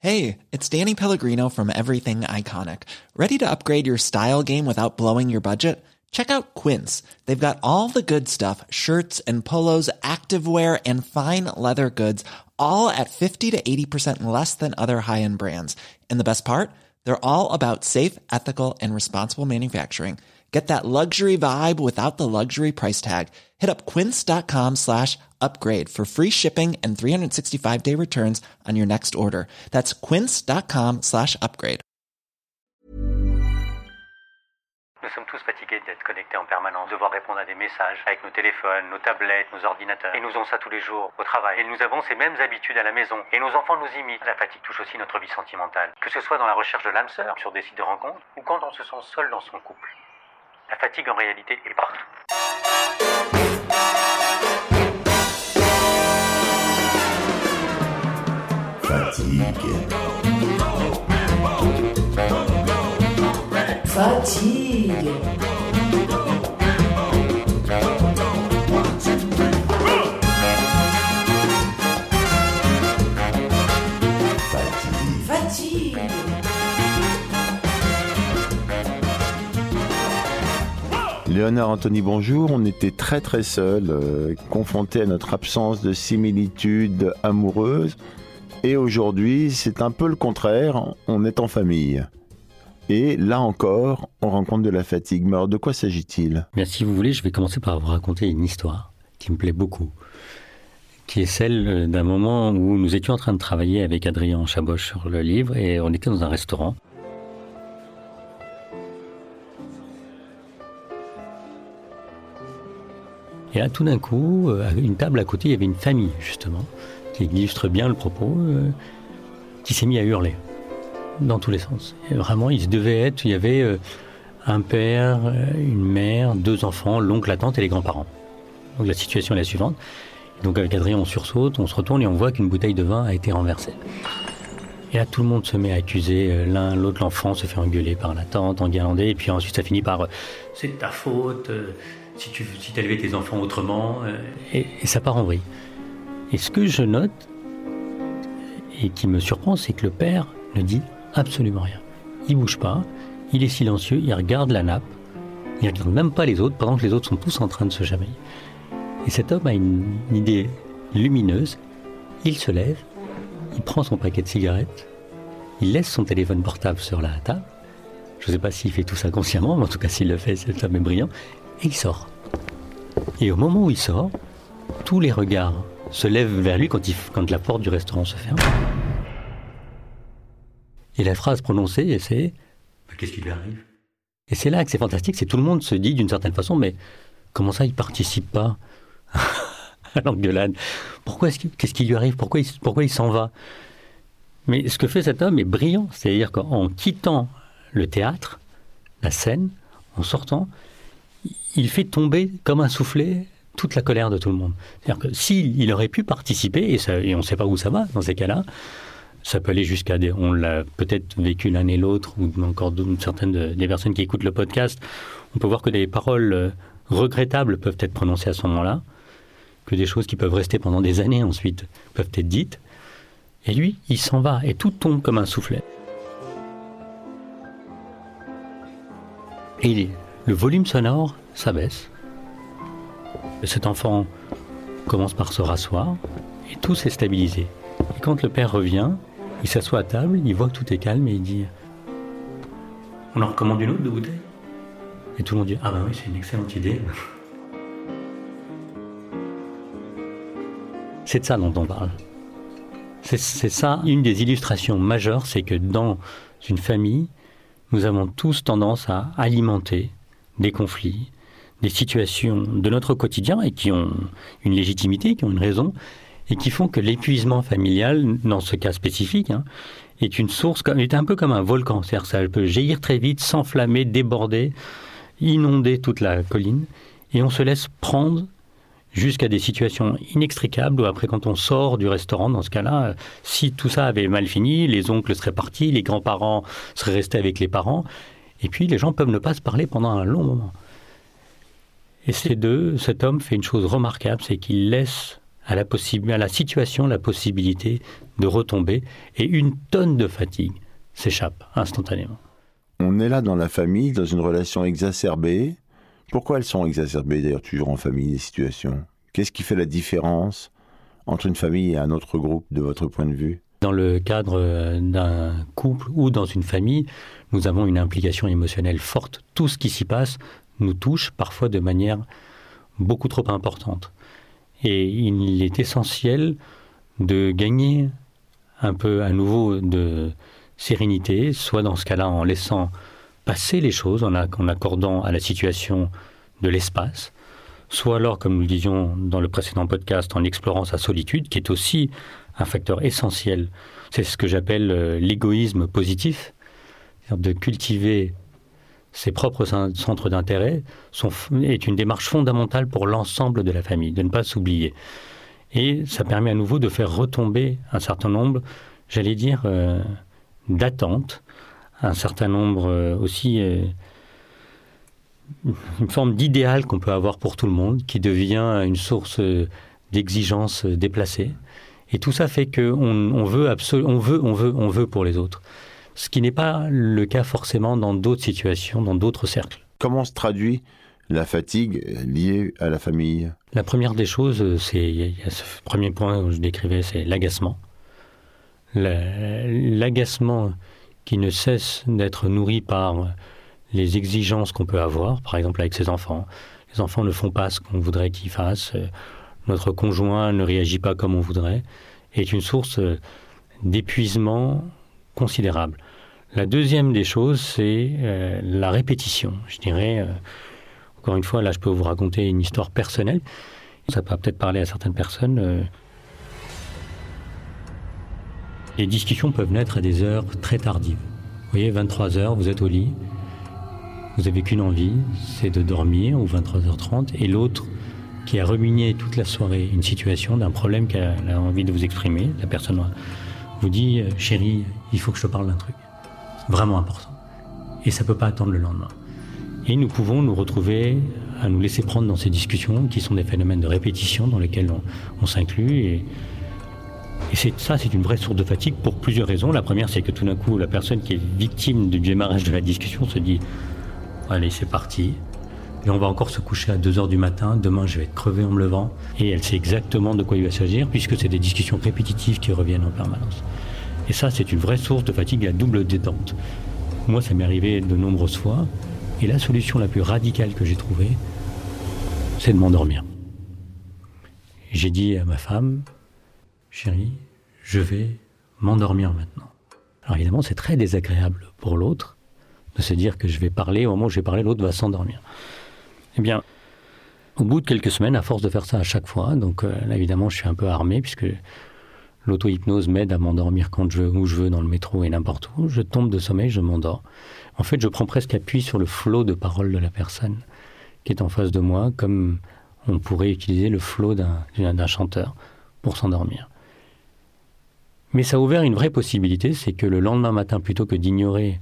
Hey, it's Danny Pellegrino from Everything Iconic. Ready to upgrade your style game without blowing your budget? Check out Quince. They've got all the good stuff, shirts and polos, activewear, and fine leather goods, all at 50 to 80% less than other high-end brands. And the best part? They're all about safe, ethical, and responsible manufacturing. Get that luxury vibe without the luxury price tag. Hit up quince.com/upgrade for free shipping and 365-day returns on your next order. That's quince.com/upgrade. Nous sommes tous fatigués d'être connectés en permanence, devoir répondre à des messages avec nos téléphones, nos tablettes, nos ordinateurs. Et nous faisons ça tous les jours, au travail. Et nous avons ces mêmes habitudes à la maison. Et nos enfants nous imitent. La fatigue touche aussi notre vie sentimentale. Que ce soit dans la recherche de l'âme sœur, sur des sites de rencontres, ou quand on se sent seul dans son couple. La fatigue en réalité est partout. Fatigue. Fatigue. Léonard Anthony, bonjour. On était très seuls, confrontés à notre absence de similitude amoureuse. Et aujourd'hui, c'est un peu le contraire, on est en famille. Et là encore, on rencontre de la fatigue. Mais alors, de quoi s'agit-il ? Bien, si vous voulez, je vais commencer par vous raconter une histoire qui me plaît beaucoup, qui est celle d'un moment où nous étions en train de travailler avec Adrien Chaboche sur le livre et on était dans un restaurant. Et là, tout d'un coup, à une table à côté, il y avait une famille, justement, qui illustre bien le propos, qui s'est mis à hurler dans tous les sens. Et vraiment, il y avait un père, une mère, 2 enfants, l'oncle, la tante et les grands-parents. Donc la situation est la suivante. Et donc avec Adrien, on sursaute, on se retourne et on voit qu'une bouteille de vin a été renversée. Et là, tout le monde se met à accuser l'un, l'autre, l'enfant se fait engueuler par la tante, enguirlander, et puis ensuite ça finit par « c'est de ta faute ». Si t'as élevé tes enfants autrement, et ça part en vrille. Et ce que je note, et qui me surprend, c'est que le père ne dit absolument rien. Il bouge pas, il est silencieux, il regarde la nappe, il regarde même pas les autres, pendant que les autres sont tous en train de se chamailler. Et cet homme a une idée lumineuse, il se lève, il prend son paquet de cigarettes, il laisse son téléphone portable sur la table, je ne sais pas s'il fait tout ça consciemment, mais en tout cas s'il le fait, cet homme est brillant, et il sort. Et au moment où il sort, tous les regards se lèvent vers lui quand la porte du restaurant se ferme. Et la phrase prononcée, c'est « Qu'est-ce qui lui arrive ?» Et c'est là que c'est fantastique, c'est tout le monde se dit d'une certaine façon « Mais comment ça, il ne participe pas à l'engueulade ? Qu'est-ce qui lui arrive ? Pourquoi il s'en va ?» Mais ce que fait cet homme est brillant, c'est-à-dire qu'en quittant le théâtre, la scène, en sortant, il fait tomber comme un soufflet toute la colère de tout le monde. C'est-à-dire que s'il aurait pu participer, et on ne sait pas où ça va dans ces cas-là, ça peut aller jusqu'à on l'a peut-être vécu l'un et l'autre, ou encore certaines des personnes qui écoutent le podcast, on peut voir que des paroles regrettables peuvent être prononcées à ce moment-là, que des choses qui peuvent rester pendant des années ensuite peuvent être dites, et lui, il s'en va, et tout tombe comme un soufflet. Et le volume sonore s'abaisse. Cet enfant commence par se rasseoir et tout s'est stabilisé. Et quand le père revient, il s'assoit à table, il voit que tout est calme et il dit « On en recommande une autre de bouteille ?» Et tout le monde dit « Ah ben oui, c'est une excellente idée. » C'est de ça dont on parle. C'est ça, une des illustrations majeures, c'est que dans une famille, nous avons tous tendance à alimenter des conflits, des situations de notre quotidien et qui ont une légitimité, qui ont une raison, et qui font que l'épuisement familial, dans ce cas spécifique, est une source, est un peu comme un volcan. C'est-à-dire que ça peut jaillir très vite, s'enflammer, déborder, inonder toute la colline, et on se laisse prendre jusqu'à des situations inextricables où après, quand on sort du restaurant, dans ce cas-là, si tout ça avait mal fini, les oncles seraient partis, les grands-parents seraient restés avec les parents, et puis les gens peuvent ne pas se parler pendant un long moment. Et cet homme fait une chose remarquable, c'est qu'il laisse à la situation, la possibilité de retomber, et une tonne de fatigue s'échappe instantanément. On est là dans la famille, dans une relation exacerbée. Pourquoi elles sont exacerbées d'ailleurs toujours en famille, les situations ? Qu'est-ce qui fait la différence entre une famille et un autre groupe de votre point de vue ? Dans le cadre d'un couple ou dans une famille, nous avons une implication émotionnelle forte. Tout ce qui s'y passe nous touche parfois de manière beaucoup trop importante. Et il est essentiel de gagner un peu à nouveau de sérénité, soit dans ce cas-là en laissant passer les choses, en accordant à la situation de l'espace, soit alors, comme nous le disions dans le précédent podcast, en explorant sa solitude, qui est aussi un facteur essentiel. C'est ce que j'appelle l'égoïsme positif, c'est-à-dire de cultiver ses propres centres d'intérêt est une démarche fondamentale pour l'ensemble de la famille, de ne pas s'oublier. Et ça permet à nouveau de faire retomber un certain nombre, j'allais dire, d'attentes, un certain nombre aussi, une forme d'idéal qu'on peut avoir pour tout le monde, qui devient une source d'exigence déplacée. Et tout ça fait qu'on veut pour les autres. Ce qui n'est pas le cas forcément dans d'autres situations, dans d'autres cercles. Comment se traduit la fatigue liée à la famille ? Il y a ce premier point que je décrivais, c'est l'agacement. L'agacement qui ne cesse d'être nourri par les exigences qu'on peut avoir, par exemple avec ses enfants. Les enfants ne font pas ce qu'on voudrait qu'ils fassent. Notre conjoint ne réagit pas comme on voudrait, est une source d'épuisement considérable. La deuxième des choses, c'est la répétition. Je dirais, encore une fois, là je peux vous raconter une histoire personnelle. Ça peut peut-être parler à certaines personnes. Les discussions peuvent naître à des heures très tardives. Vous voyez, 23h, vous êtes au lit, vous n'avez qu'une envie, c'est de dormir, ou 23h30, et l'autre qui a ruminé toute la soirée une situation d'un problème qu'elle a envie de vous exprimer, la personne vous dit « Chérie, il faut que je te parle d'un truc vraiment important. » Et ça ne peut pas attendre le lendemain. Et nous pouvons nous retrouver à nous laisser prendre dans ces discussions qui sont des phénomènes de répétition dans lesquels on s'inclut. Et c'est une vraie source de fatigue pour plusieurs raisons. La première, c'est que tout d'un coup, la personne qui est victime du démarrage de la discussion se dit « Allez, c'est parti. Et on va encore se coucher à 2h du matin. Demain, je vais être crevé en me levant. » Et elle sait exactement de quoi il va s'agir puisque c'est des discussions répétitives qui reviennent en permanence. Et ça, c'est une vraie source de fatigue à double détente. Moi, ça m'est arrivé de nombreuses fois. Et la solution la plus radicale que j'ai trouvée, c'est de m'endormir. J'ai dit à ma femme « Chérie, je vais m'endormir maintenant. » Alors évidemment, c'est très désagréable pour l'autre de se dire que je vais parler, au moment où je vais parler, l'autre va s'endormir. Eh bien, au bout de quelques semaines, à force de faire ça à chaque fois, donc là évidemment je suis un peu armé puisque l'auto-hypnose m'aide à m'endormir quand je veux, où je veux, dans le métro et n'importe où. Je tombe de sommeil, je m'endors. En fait, je prends presque appui sur le flot de paroles de la personne qui est en face de moi, comme on pourrait utiliser le flot d'un chanteur pour s'endormir. Mais ça a ouvert une vraie possibilité, c'est que le lendemain matin, plutôt que d'ignorer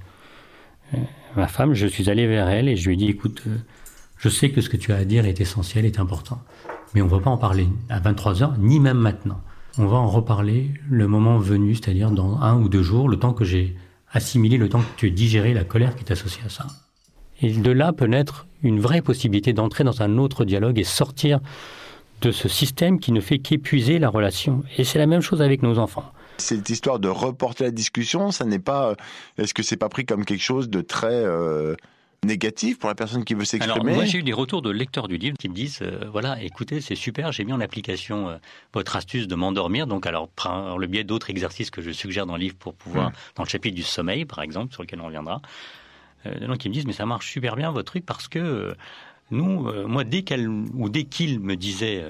ma femme, je suis allé vers elle et je lui ai dit « Écoute, je sais que ce que tu as à dire est essentiel, est important, mais on ne va pas en parler à 23h, ni même maintenant. On va en reparler le moment venu, c'est-à-dire dans 1 ou 2 jours, le temps que j'ai assimilé, le temps que tu aies digéré la colère qui est associée à ça. » Et de là peut naître une vraie possibilité d'entrer dans un autre dialogue et sortir de ce système qui ne fait qu'épuiser la relation. Et c'est la même chose avec nos enfants. Cette histoire de reporter la discussion, ça n'est pas... Est-ce que c'est pas pris comme quelque chose de très négatif pour la personne qui veut s'exprimer ? Alors moi j'ai eu des retours de lecteurs du livre qui me disent voilà, écoutez, c'est super, j'ai mis en application votre astuce de m'endormir, donc alors par le biais d'autres exercices que je suggère dans le livre pour pouvoir, dans le chapitre du sommeil par exemple, sur lequel on reviendra, donc ils me disent mais ça marche super bien votre truc parce que nous, moi dès qu'il me disait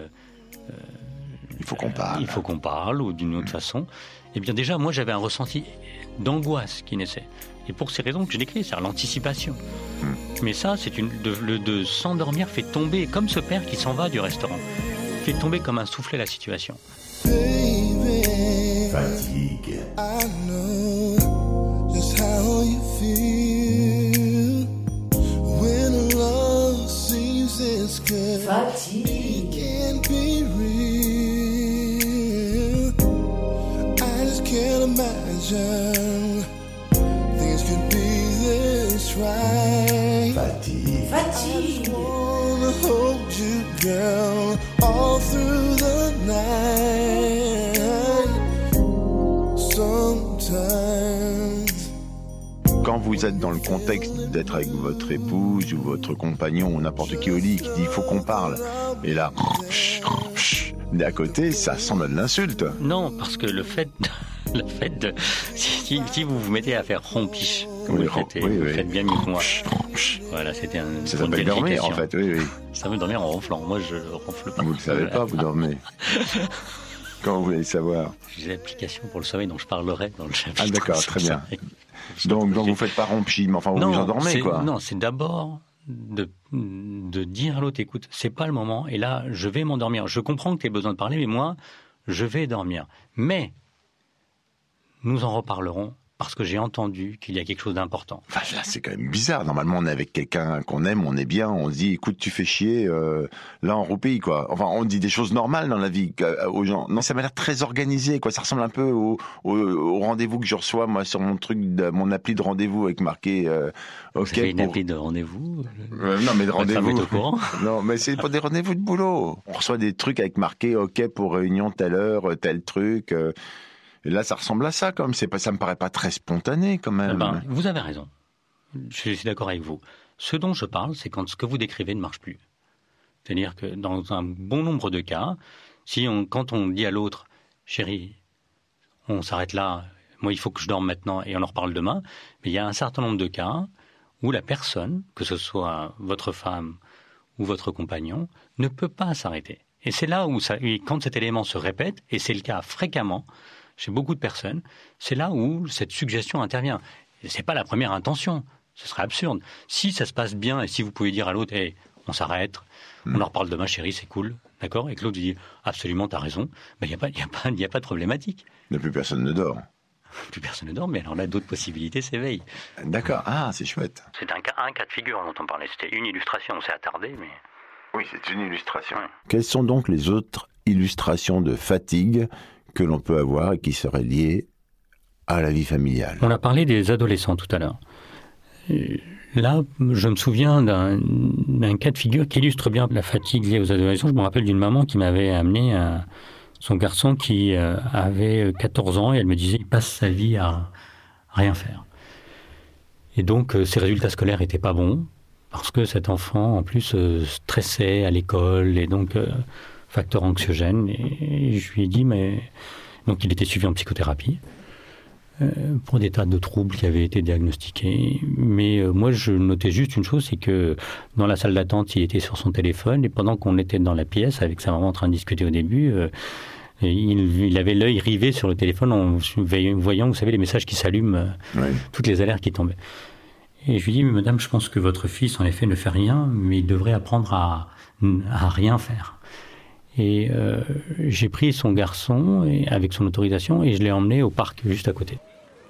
il faut qu'on parle ou d'une autre façon, eh bien déjà moi j'avais un ressenti d'angoisse qui naissait. Et pour ces raisons que je décris, c'est l'anticipation. Mais ça, c'est de s'endormir fait tomber, comme ce père qui s'en va du restaurant, fait tomber comme un soufflet la situation. Baby, fatigue. I know just how you feel when love seems as good. Fatigue. It can't be real. things could be this right. Fatigue. I wanna hold you, girl, all through the night. Sometimes. Quand vous êtes dans le contexte d'être avec votre épouse ou votre compagnon ou n'importe qui au lit qui dit il faut qu'on parle, et là, à côté, ça ressemble à de l'insulte. Non, parce que le fait de si vous vous mettez à faire rompiche, comme Oui, vous le faites, oui, vous oui. faites bien mieux que moi. Voilà, c'était un. Ça s'appelle dormir en fait, oui. Ça veut dormir en ronflant. Moi, je ronfle pas. Vous ne le savez pas, vous dormez. Quand vous voulez savoir. J'ai des applications pour le sommeil dont je parlerai dans le chapitre. Ah d'accord, très bien. Donc vous faites pas rompi, mais enfin vous vous endormez quoi. Non, c'est d'abord de dire à l'autre, écoute, c'est pas le moment, et là, je vais m'endormir. Je comprends que tu aies besoin de parler, mais moi, je vais dormir. Mais nous en reparlerons parce que j'ai entendu qu'il y a quelque chose d'important. Enfin, là, c'est quand même bizarre. Normalement, on est avec quelqu'un qu'on aime, on est bien, on se dit, écoute, tu fais chier, là, on roupille, quoi. Enfin, on dit des choses normales dans la vie aux gens. Non, ça m'a l'air très organisé, quoi. Ça ressemble un peu au rendez-vous que je reçois, moi, sur mon truc, mon appli de rendez-vous avec marqué OK. Vous avez une appli de rendez-vous non, mais de rendez-vous. Votre femme est au courant. Non, mais c'est pas des rendez-vous de boulot. On reçoit des trucs avec marqué OK pour réunion telle heure, tel truc. Et là, ça ressemble à ça, comme ça me paraît pas très spontané, quand même. Vous avez raison. Je suis d'accord avec vous. Ce dont je parle, c'est quand ce que vous décrivez ne marche plus. C'est-à-dire que dans un bon nombre de cas, quand on dit à l'autre, chérie, on s'arrête là, moi il faut que je dorme maintenant et on en reparle demain, mais il y a un certain nombre de cas où la personne, que ce soit votre femme ou votre compagnon, ne peut pas s'arrêter. Et c'est là où quand cet élément se répète, et c'est le cas fréquemment, chez beaucoup de personnes, c'est là où cette suggestion intervient. Ce n'est pas la première intention, ce serait absurde. Si ça se passe bien et si vous pouvez dire à l'autre hey, on s'arrête, on en reparle demain chérie, c'est cool, d'accord, et que l'autre dit absolument t'as raison, il n'y a pas de problématique. Mais plus personne ne dort. Plus personne ne dort, mais alors là d'autres possibilités s'éveillent. D'accord, c'est chouette. C'est un cas de figure dont on parlait, c'était une illustration, on s'est attardé, mais... Oui, c'est une illustration. Ouais. Quelles sont donc les autres illustrations de fatigue que l'on peut avoir et qui seraient liées à la vie familiale? On a parlé des adolescents tout à l'heure. Là, je me souviens d'un cas de figure qui illustre bien la fatigue liée aux adolescents. Je me rappelle d'une maman qui m'avait amené son garçon qui avait 14 ans et elle me disait il passe sa vie à rien faire. Et donc, ses résultats scolaires n'étaient pas bons parce que cet enfant, en plus, stressait à l'école et donc... facteur anxiogène, et je lui ai dit, donc il était suivi en psychothérapie pour des tas de troubles qui avaient été diagnostiqués, mais moi je notais juste une chose, c'est que dans la salle d'attente, il était sur son téléphone, et pendant qu'on était dans la pièce avec sa maman en train de discuter au début, il avait l'œil rivé sur le téléphone en voyant, vous savez, les messages qui s'allument, toutes les alertes qui tombaient. Et je lui ai dit, mais madame, je pense que votre fils, en effet, ne fait rien, mais il devrait apprendre à rien faire. Et j'ai pris son garçon avec son autorisation et je l'ai emmené au parc juste à côté.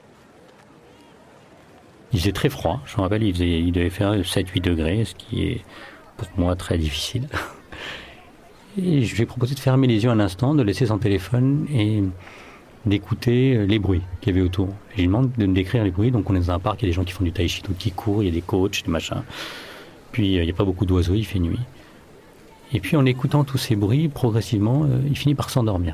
Il faisait très froid, je me rappelle, il devait faire 7-8 degrés, ce qui est pour moi très difficile. Et je lui ai proposé de fermer les yeux un instant, de laisser son téléphone et d'écouter les bruits qu'il y avait autour. Et je lui demande de me décrire les bruits, donc on est dans un parc, il y a des gens qui font du tai chi, qui courent, il y a des coachs, des machins. Puis il n'y a pas beaucoup d'oiseaux, il fait nuit. Et puis en écoutant tous ces bruits, progressivement, il finit par s'endormir.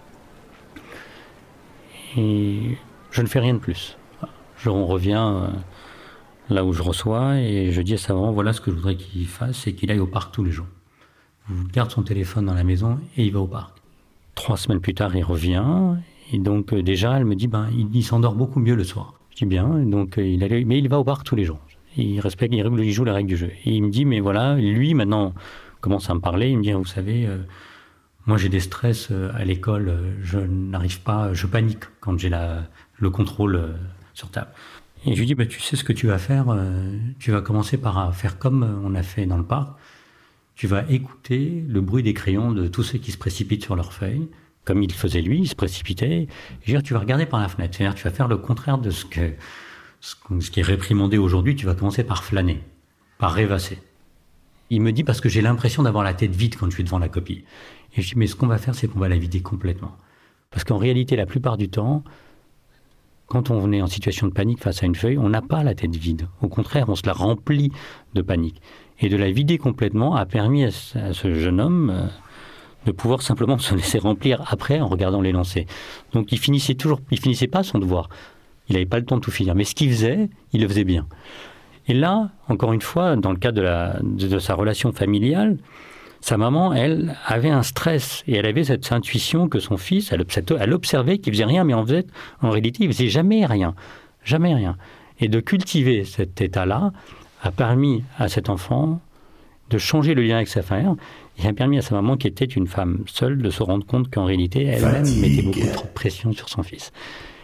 Et je ne fais rien de plus. On revient là où je reçois et je dis à sa maman, voilà ce que je voudrais qu'il fasse, c'est qu'il aille au parc tous les jours. Il garde son téléphone dans la maison et il va au parc. 3 semaines plus tard, il revient et donc déjà, elle me dit, il s'endort beaucoup mieux le soir. Je dis bien, donc mais il va au parc tous les jours. Il joue les règles du jeu. Et il me dit, mais voilà, lui maintenant... commence à me parler, il me dit, vous savez, moi j'ai des stress à l'école, je n'arrive pas, je panique quand j'ai le contrôle sur table. Et je lui dis, tu sais ce que tu vas faire, tu vas commencer par faire comme on a fait dans le parc, tu vas écouter le bruit des crayons de tous ceux qui se précipitent sur leurs feuilles, comme il faisait lui, il se précipitait, et je veux dire, tu vas regarder par la fenêtre, c'est-à-dire tu vas faire le contraire de ce qui est réprimandé aujourd'hui, tu vas commencer par flâner, par rêvasser. Il me dit parce que j'ai l'impression d'avoir la tête vide quand je suis devant la copie. Et je dis mais ce qu'on va faire c'est qu'on va la vider complètement. Parce qu'en réalité la plupart du temps, quand on est en situation de panique face à une feuille, on n'a pas la tête vide. Au contraire, on se la remplit de panique. Et de la vider complètement a permis à ce jeune homme de pouvoir simplement se laisser remplir après en regardant les lancers. Donc il finissait pas son devoir. Il n'avait pas le temps de tout finir. Mais ce qu'il faisait, il le faisait bien. Et là, encore une fois, dans le cadre de sa relation familiale, sa maman, elle, avait un stress et elle avait cette intuition que son fils, elle observait qu'il faisait rien, mais en réalité, il faisait jamais rien. Jamais rien. Et de cultiver cet état-là a permis à cet enfant de changer le lien avec sa mère et a permis à sa maman, qui était une femme seule, de se rendre compte qu'en réalité, elle-même mettait beaucoup trop de pression sur son fils.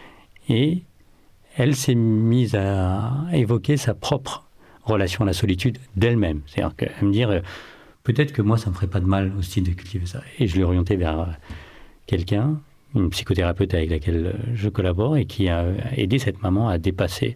Et elle s'est mise à évoquer sa propre relation à la solitude d'elle-même. C'est-à-dire qu'elle me dit peut-être que moi, ça ne me ferait pas de mal aussi de cultiver ça. Et je l'ai orientée vers quelqu'un, une psychothérapeute avec laquelle je collabore et qui a aidé cette maman à dépasser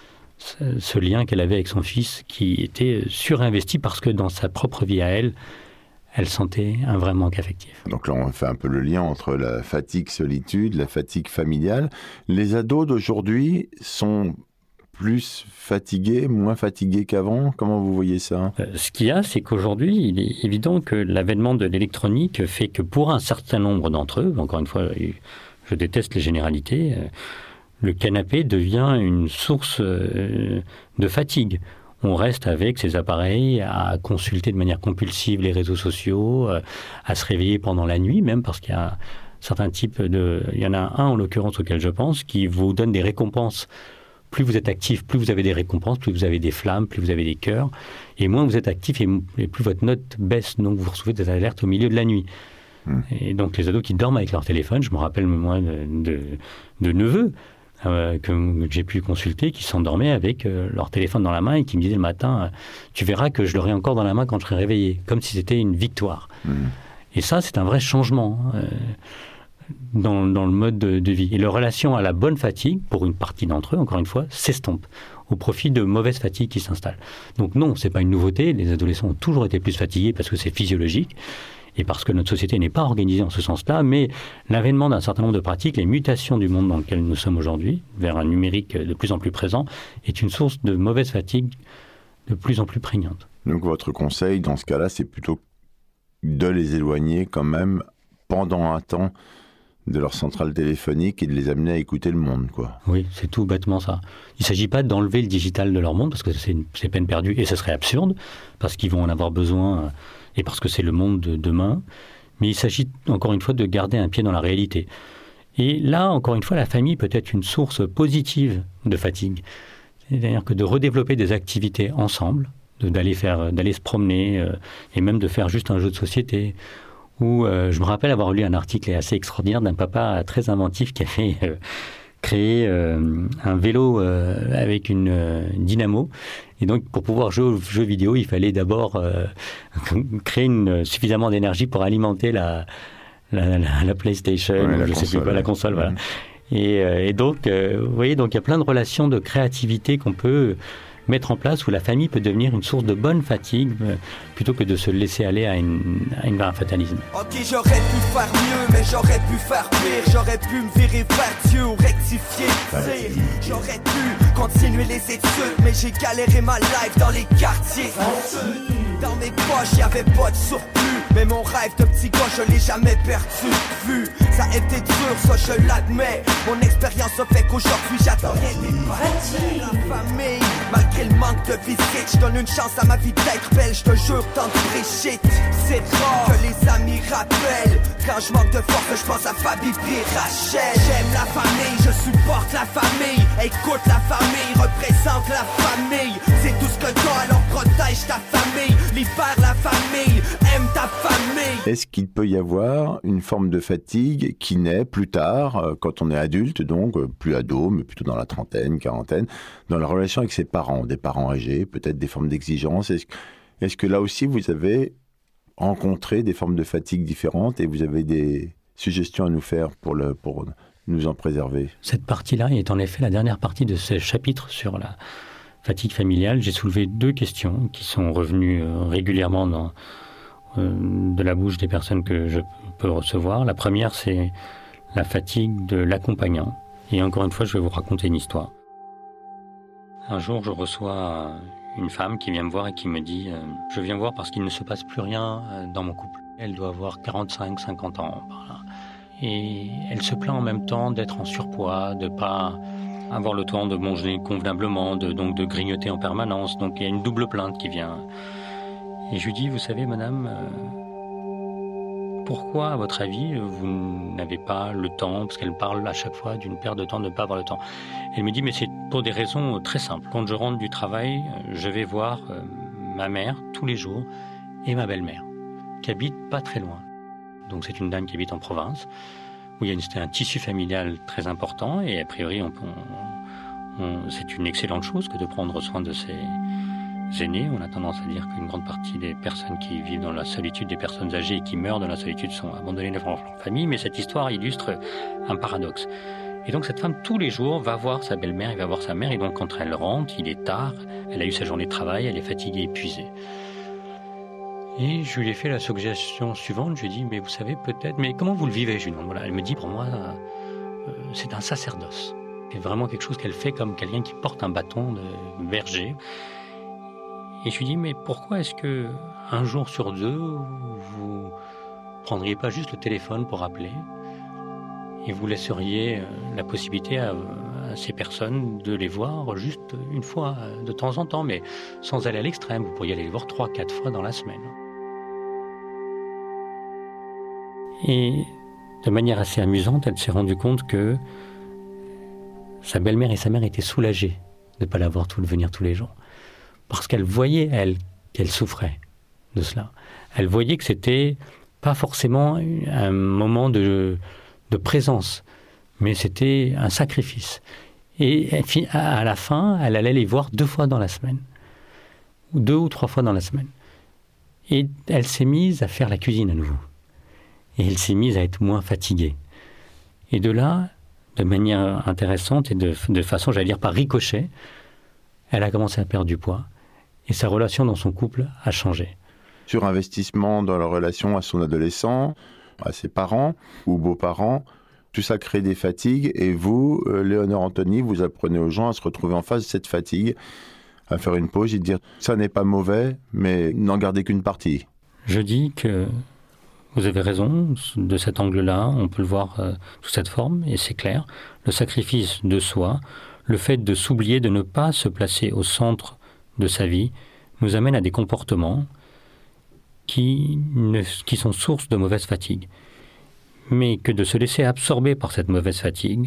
ce lien qu'elle avait avec son fils qui était surinvesti parce que dans sa propre vie à elle, elle sentait un vrai manque affectif. Donc là, on fait un peu le lien entre la fatigue solitude, la fatigue familiale. Les ados d'aujourd'hui sont plus fatigués, moins fatigués qu'avant? Comment vous voyez ça? Ce qu'il y a, c'est qu'aujourd'hui, il est évident que l'avènement de l'électronique fait que pour un certain nombre d'entre eux, encore une fois, je déteste les généralités, le canapé devient une source de fatigue. On reste avec ces appareils à consulter de manière compulsive les réseaux sociaux, à se réveiller pendant la nuit même, parce qu'il y a certains types il y en a un en l'occurrence auquel je pense, qui vous donne des récompenses. Plus vous êtes actif, plus vous avez des récompenses, plus vous avez des flammes, plus vous avez des cœurs, et moins vous êtes actif et plus votre note baisse, donc vous recevez des alertes au milieu de la nuit. Et donc les ados qui dorment avec leur téléphone, je me rappelle moi de neveux, que j'ai pu consulter, qui s'endormaient avec leur téléphone dans la main et qui me disaient le matin tu verras que je l'aurai encore dans la main quand je serai réveillé, comme si c'était une victoire. Et ça, c'est un vrai changement dans le mode de vie. Et leur relation à la bonne fatigue, pour une partie d'entre eux, encore une fois, s'estompe au profit de mauvaises fatigues qui s'installent. Donc non, c'est pas une nouveauté, les adolescents ont toujours été plus fatigués parce que c'est physiologique, et parce que notre société n'est pas organisée en ce sens-là, mais l'avènement d'un certain nombre de pratiques, les mutations du monde dans lequel nous sommes aujourd'hui, vers un numérique de plus en plus présent, est une source de mauvaise fatigue de plus en plus prégnante. Donc votre conseil, dans ce cas-là, c'est plutôt de les éloigner quand même pendant un temps de leur centrale téléphonique et de les amener à écouter le monde, quoi. Oui, c'est tout bêtement ça. Il ne s'agit pas d'enlever le digital de leur monde, parce que c'est peine perdue, et ce serait absurde, parce qu'ils vont en avoir besoin, et parce que c'est le monde de demain. Mais il s'agit, encore une fois, de garder un pied dans la réalité. Et là, encore une fois, la famille peut être une source positive de fatigue. C'est-à-dire que de redévelopper des activités ensemble, d'aller se promener, et même de faire juste un jeu de société, où je me rappelle avoir lu un article assez extraordinaire d'un papa très inventif qui avait créé un vélo avec une dynamo. Et donc, pour pouvoir jouer aux jeux vidéo, il fallait d'abord créer suffisamment d'énergie pour alimenter la PlayStation, ouais, je ne sais plus quoi, la console, voilà. Et donc, vous voyez, donc il y a plein de relations de créativité qu'on peut mettre en place où la famille peut devenir une source de bonne fatigue plutôt que de se laisser aller à un fatalisme. Ok, j'aurais pu faire mieux, mais j'aurais pu faire pire. J'aurais pu me virer vers Dieu ou rectifier le tir. J'aurais pu continuer les études, mais j'ai galéré ma life dans les quartiers. Dans mes poches, y'avait pas de surplus. Mais mon rêve de petit gars, je l'ai jamais perdu. Vu, ça a été dur, ça je l'admets. Mon expérience a fait qu'aujourd'hui j'attends rien des parents. La famille, malgré le manque de visite, je donne une chance à ma vie d'être belle. Je te jure, tant de shit. C'est rare que les amis rappellent. Quand je manque de force, je pense à Fabi puis Rachel. J'aime la famille, je supporte la famille. Écoute la famille, représente la famille. C'est tout ce que t'as, alors protège ta famille. Libère la famille, aime ta famille. Est-ce qu'il peut y avoir une forme de fatigue qui naît plus tard, quand on est adulte, donc plus ado, mais plutôt dans la trentaine, quarantaine, dans la relation avec ses parents, des parents âgés, peut-être des formes d'exigence? Est-ce que là aussi vous avez rencontré des formes de fatigue différentes et vous avez des suggestions à nous faire pour nous en préserver? Cette partie-là est en effet la dernière partie de ce chapitre sur la fatigue familiale. J'ai soulevé 2 questions qui sont revenues régulièrement de la bouche des personnes que je peux recevoir. La première, c'est la fatigue de l'accompagnant Et encore une fois, je vais vous raconter une histoire. Un jour, je reçois une femme qui vient me voir et qui me dit « Je viens voir parce qu'il ne se passe plus rien dans mon couple. » Elle doit avoir 45, 50 ans par là. Et elle se plaint en même temps d'être en surpoids, de ne pas avoir le temps de manger convenablement, donc de grignoter en permanence. Donc il y a une double plainte qui vient. Et je lui dis « Vous savez, madame, pourquoi, à votre avis, vous n'avez pas le temps ?» Parce qu'elle parle à chaque fois d'une perte de temps, de ne pas avoir le temps. Elle me dit « Mais c'est pour des raisons très simples. Quand je rentre du travail, je vais voir ma mère tous les jours et ma belle-mère, qui habite pas très loin. » Donc c'est une dame qui habite en province, où il y a un tissu familial très important, et a priori, c'est une excellente chose que de prendre soin de ses aînés. On a tendance à dire qu'une grande partie des personnes qui vivent dans la solitude, des personnes âgées et qui meurent dans la solitude sont abandonnées de leur famille, mais cette histoire illustre un paradoxe. Et donc cette femme, tous les jours, va voir sa belle-mère et va voir sa mère, et donc quand elle rentre, il est tard, elle a eu sa journée de travail, elle est fatiguée, épuisée. Et je lui ai fait la suggestion suivante, je lui ai dit « Mais vous savez peut-être, mais comment vous le vivez ?» Je lui demande, voilà. Elle me dit « Pour moi, c'est un sacerdoce. C'est vraiment quelque chose qu'elle fait comme quelqu'un qui porte un bâton de berger. » Et je lui dis « Mais pourquoi est-ce que un jour sur deux, vous prendriez pas juste le téléphone pour appeler et vous laisseriez la possibilité à ces personnes de les voir juste une fois de temps en temps, mais sans aller à l'extrême. Vous pourriez aller les voir 3-4 fois dans la semaine. » Et de manière assez amusante, elle s'est rendue compte que sa belle-mère et sa mère étaient soulagées de ne pas la voir venir tous les jours. Parce qu'elle voyait, elle, qu'elle souffrait de cela. Elle voyait que c'était pas forcément un moment de présence, mais c'était un sacrifice. Et à la fin, elle allait les voir 2 fois dans la semaine, ou 2 ou 3 fois dans la semaine. Et elle s'est mise à faire la cuisine à nouveau. Et elle s'est mise à être moins fatiguée. Et de là, de manière intéressante et de façon, j'allais dire, par ricochet, elle a commencé à perdre du poids. Et sa relation dans son couple a changé. Surinvestissement dans la relation à son adolescent, à ses parents ou beaux-parents, tout ça crée des fatigues. Et vous, Léonore Anthony, vous apprenez aux gens à se retrouver en face de cette fatigue, à faire une pause et de dire « ça n'est pas mauvais, mais n'en gardez qu'une partie ». Je dis que vous avez raison, de cet angle-là, on peut le voir sous cette forme, et c'est clair. Le sacrifice de soi, le fait de s'oublier, de ne pas se placer au centre de sa vie, nous amène à des comportements qui sont source de mauvaise fatigue. Mais que de se laisser absorber par cette mauvaise fatigue,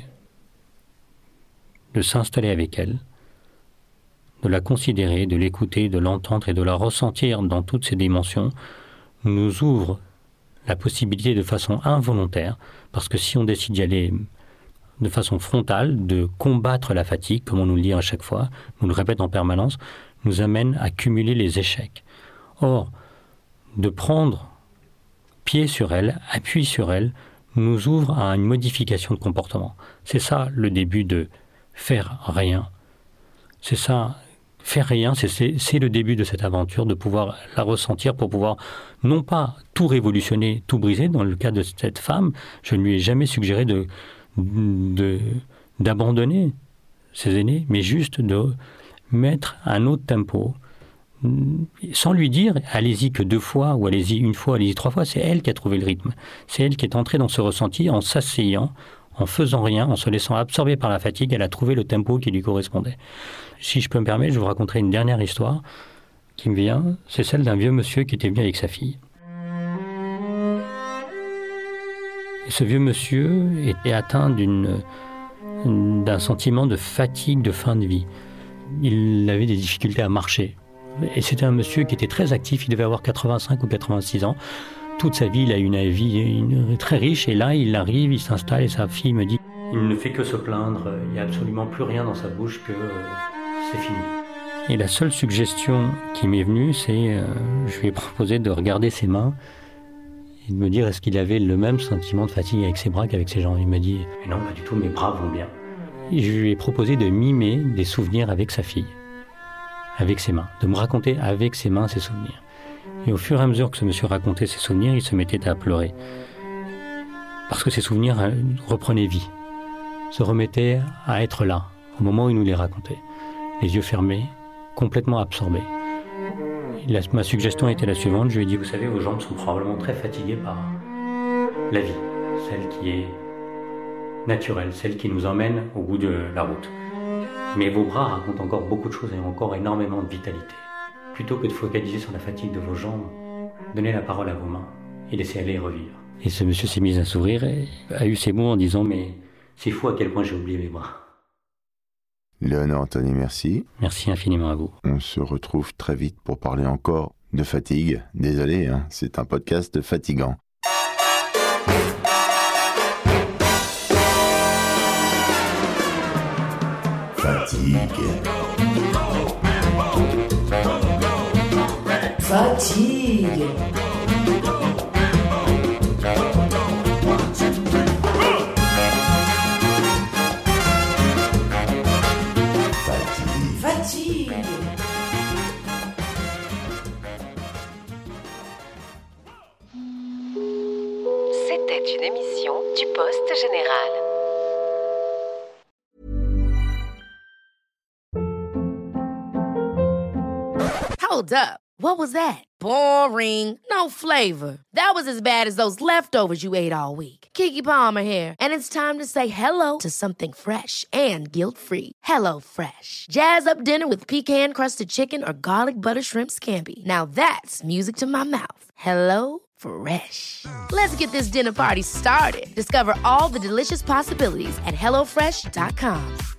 de s'installer avec elle, de la considérer, de l'écouter, de l'entendre et de la ressentir dans toutes ses dimensions, nous ouvre la possibilité de façon involontaire, parce que si on décide d'y aller de façon frontale, de combattre la fatigue, comme on nous le dit à chaque fois, on le répète en permanence, nous amène à cumuler les échecs. Or, de prendre pied sur elle, appui sur elle, nous ouvre à une modification de comportement. C'est ça le début de faire rien. C'est ça, faire rien, c'est le début de cette aventure, de pouvoir la ressentir pour pouvoir non pas tout révolutionner, tout briser. Dans le cas de cette femme, je ne lui ai jamais suggéré d'abandonner ses aînés, mais juste de mettre un autre tempo, sans lui dire allez-y que 2 fois, ou allez-y 1 fois, allez-y 3 fois. C'est elle qui a trouvé le rythme. C'est elle qui est entrée dans ce ressenti en s'asseyant, en faisant rien, en se laissant absorber par la fatigue. Elle a trouvé le tempo qui lui correspondait. Si je peux me permettre, je vous raconterai une dernière histoire qui me vient. C'est celle d'un vieux monsieur qui était venu avec sa fille. Et ce vieux monsieur était atteint d'un sentiment de fatigue de fin de vie. Il avait des difficultés à marcher. Et c'était un monsieur qui était très actif, il devait avoir 85 ou 86 ans. Toute sa vie, il a eu une vie très riche, et là, il arrive, il s'installe, et sa fille me dit « Il ne fait que se plaindre, il n'y a absolument plus rien dans sa bouche que c'est fini. » Et la seule suggestion qui m'est venue, c'est, je lui ai proposé de regarder ses mains, et de me dire est-ce qu'il avait le même sentiment de fatigue avec ses bras qu'avec ses jambes. Il m'a dit « Non, pas du tout, mes bras vont bien. » Et je lui ai proposé de mimer des souvenirs avec sa fille, avec ses mains, de me raconter avec ses mains ses souvenirs. Et au fur et à mesure que ce monsieur racontait ses souvenirs, il se mettait à pleurer. Parce que ses souvenirs reprenaient vie. se remettait à être là, au moment où il nous les racontait. Les yeux fermés, complètement absorbés. Ma suggestion était la suivante, je lui ai dit, vous savez, vos jambes sont probablement très fatiguées par la vie, celle qui est naturelle, celle qui nous emmène au bout de la route. Mais vos bras racontent encore beaucoup de choses et ont encore énormément de vitalité. Plutôt que de focaliser sur la fatigue de vos jambes, donnez la parole à vos mains et laissez aller revivre. Et ce monsieur s'est mis à sourire et a eu ces mots en disant, mais c'est fou à quel point j'ai oublié mes bras. Léonard Anthony, merci. Merci infiniment à vous. On se retrouve très vite pour parler encore de fatigue. Désolé, c'est un podcast fatigant. Fatigue. Fatigue. Fatigue. C'était une émission du Poste Général. Hold up. What was that? Boring. No flavor. That was as bad as those leftovers you ate all week. Keke Palmer here, and it's time to say hello to something fresh and guilt-free. Hello Fresh. Jazz up dinner with pecan-crusted chicken or garlic butter shrimp scampi. Now that's music to my mouth. Hello Fresh. Let's get this dinner party started. Discover all the delicious possibilities at HelloFresh.com.